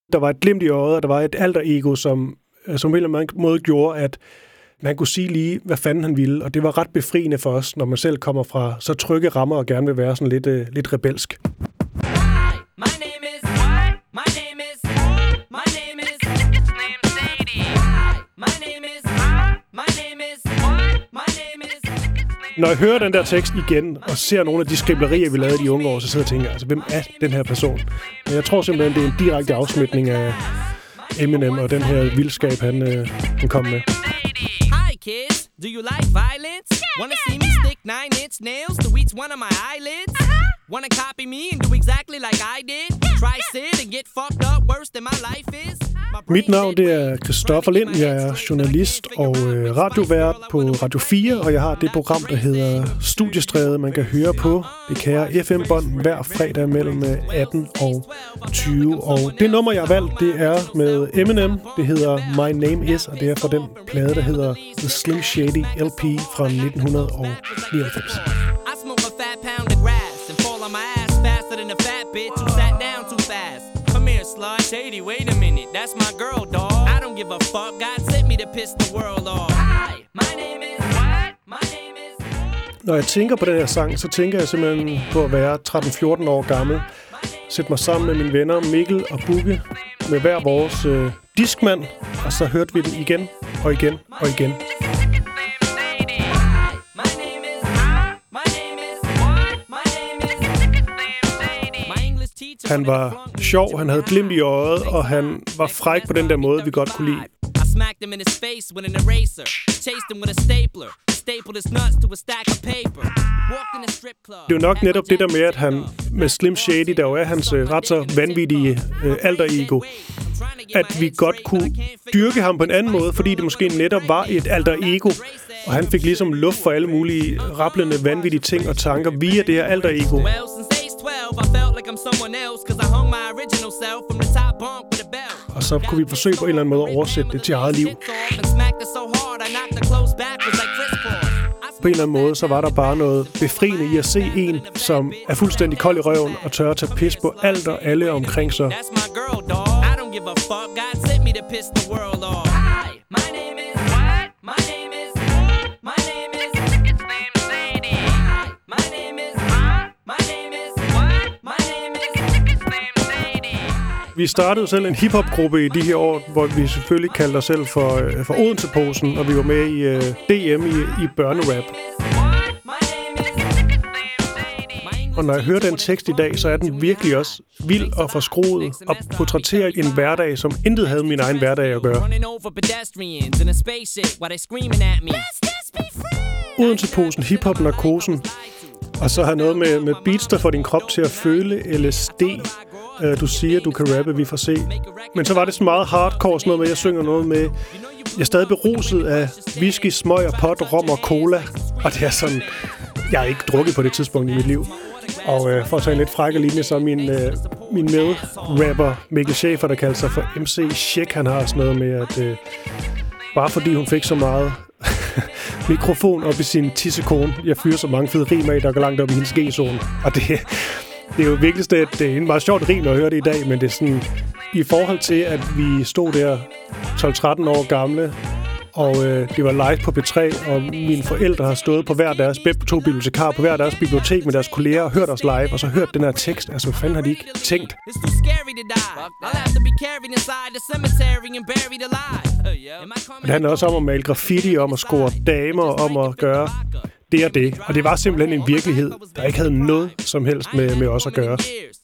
Der var et glimt i øjet, og der var et alter ego, som på en eller anden måde gjorde, at man kunne sige lige, hvad fanden han ville, og det var ret befriende for os, når man selv kommer fra så trygge rammer og gerne vil være sådan lidt rebelsk. Når jeg hører den der tekst igen, og ser nogle af de skriblerier, vi lavede i de unge år, så sidder jeg og tænker, altså, hvem er den her person? Men jeg tror simpelthen, det er en direkte afsmitning af Eminem og den her vildskab, han kom med. Hi kids, do you like violence? Wanna see me stick 9-inch nails to each one of my eyelids? Wanna copy me and do exactly like I did? Try sit and get fucked up worse than my life is? Mit navn det er Christoffer Lind. Jeg er journalist og radiovært på Radio 4, og jeg har det program, der hedder Studiestræde, man kan høre på det kære FM-bånd hver fredag mellem 18 og 20. Og det nummer, jeg har valgt, det er med Eminem. Det hedder My Name Is, og det er fra den plade, der hedder The Slim Shady LP fra 1999. Shady, wait a minute, that's my girl, dog. I don't give a fuck, God sent me to piss the world off. Hi, my name is what? My name is... Når jeg tænker på den her sang, så tænker jeg simpelthen på at være 13-14 år gammel. Sætte mig sammen med mine venner Mikkel og Bugge med hver vores diskmand, og så hørte vi den igen og igen og igen. Han var sjov, han havde glimt i øjet, og han var fræk på den der måde, vi godt kunne lide. Det er jo nok netop det der med, at han med Slim Shady, der jo er hans ret så vanvittige alter ego, at vi godt kunne dyrke ham på en anden måde, fordi det måske netop var et alter ego, og han fik ligesom luft for alle mulige rablende, vanvittige ting og tanker via det her alter ego. Og så kunne vi forsøge på en eller anden måde at oversætte det til eget liv. På en eller anden måde, så var der bare noget befriende i at se en, som er fuldstændig kold i røven og tør at tage pis på alt og alle omkring sig. Vi startede selv en hiphop-gruppe i de her år, hvor vi selvfølgelig kaldte os selv for Odense-posen, og vi var med i DM i børnerap. Og når jeg hører den tekst i dag, så er den virkelig også vild og forskruet og portrætterer en hverdag, som intet havde min egen hverdag at gøre. Odense-posen, hiphop-narkosen, og så har noget med beats, der får din krop til at føle LSD. Du siger, du kan rappe, vi får se. Men så var det sådan meget hardcore, sådan noget med, jeg synger noget med, jeg er stadig beruset af whisky, smøg og pot, rom og cola. Og det er sådan, jeg har ikke drukket på det tidspunkt i mit liv. Og for at tage en lidt frække linje, så min med-rapper Mikkel Schäfer, der kalder sig for MC Check, han har sådan noget med, at bare fordi hun fik så meget mikrofon op i sin tissekone, jeg fyrer så mange fede rimer af, der går langt op i hendes G-zone. Og det er jo virkelig det er en meget sjovt rim at høre det i dag, men det er sådan, i forhold til, at vi stod der 12-13 år gamle, og det var live på P3, og mine forældre har stået på hver deres to bibliotekarer på hver deres bibliotek med deres kolleger og hørt os live, og så hørt den her tekst. Altså, hvad fanden har de ikke tænkt? Det handler også om at male graffiti, om at score damer, om at gøre det og det. Og det var simpelthen en virkelighed, der ikke havde noget som helst med os at gøre.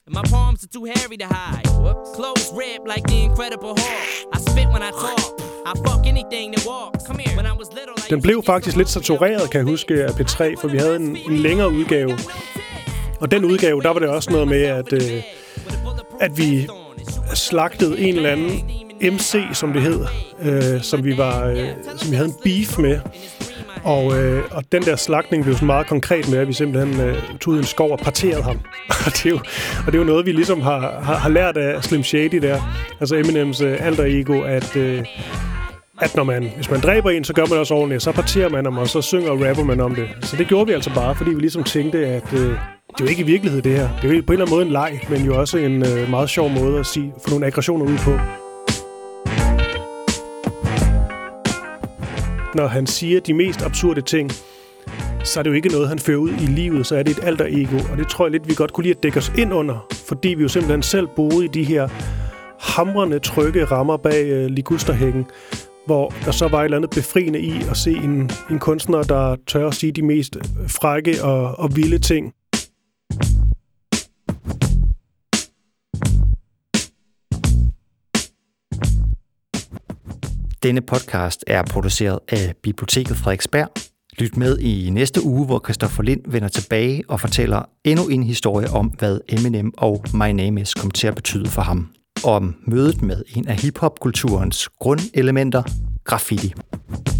Den blev faktisk lidt satureret, kan jeg huske, af P3, for vi havde en længere udgave. Og den udgave, der var det også noget med, at vi slagtede en eller anden MC, som det hed, som vi havde en beef med. Og den der slagtning blev så meget konkret med, at vi simpelthen tog en skov og parterede ham. Og det er jo noget, vi ligesom har lært af Slim Shady der. Altså Eminems alter ego, at hvis man dræber en, så gør man det også ordentligt. Så parterer man ham, og så synger og rapper man om det. Så det gjorde vi altså bare, fordi vi ligesom tænkte, at Det er jo ikke i virkelighed, det her. Det er jo på en eller anden måde en leg, men jo også en meget sjov måde at få nogle aggressioner ud på. Når han siger de mest absurde ting, så er det jo ikke noget, han fører ud i livet, så er det et alter ego. Og det tror jeg lidt, vi godt kunne lide at dække os ind under, fordi vi jo simpelthen selv boede i de her hamrende trygge rammer bag ligusterhækken, hvor der så var et eller andet befriende i at se en kunstner, der tør at sige de mest frække og vilde ting. Denne podcast er produceret af Biblioteket Frederiksberg. Lyt med i næste uge, hvor Christoffer Lind vender tilbage og fortæller endnu en historie om, hvad Eminem og My Name Is kom til at betyde for ham. Og om mødet med en af hiphop-kulturens grundelementer, graffiti.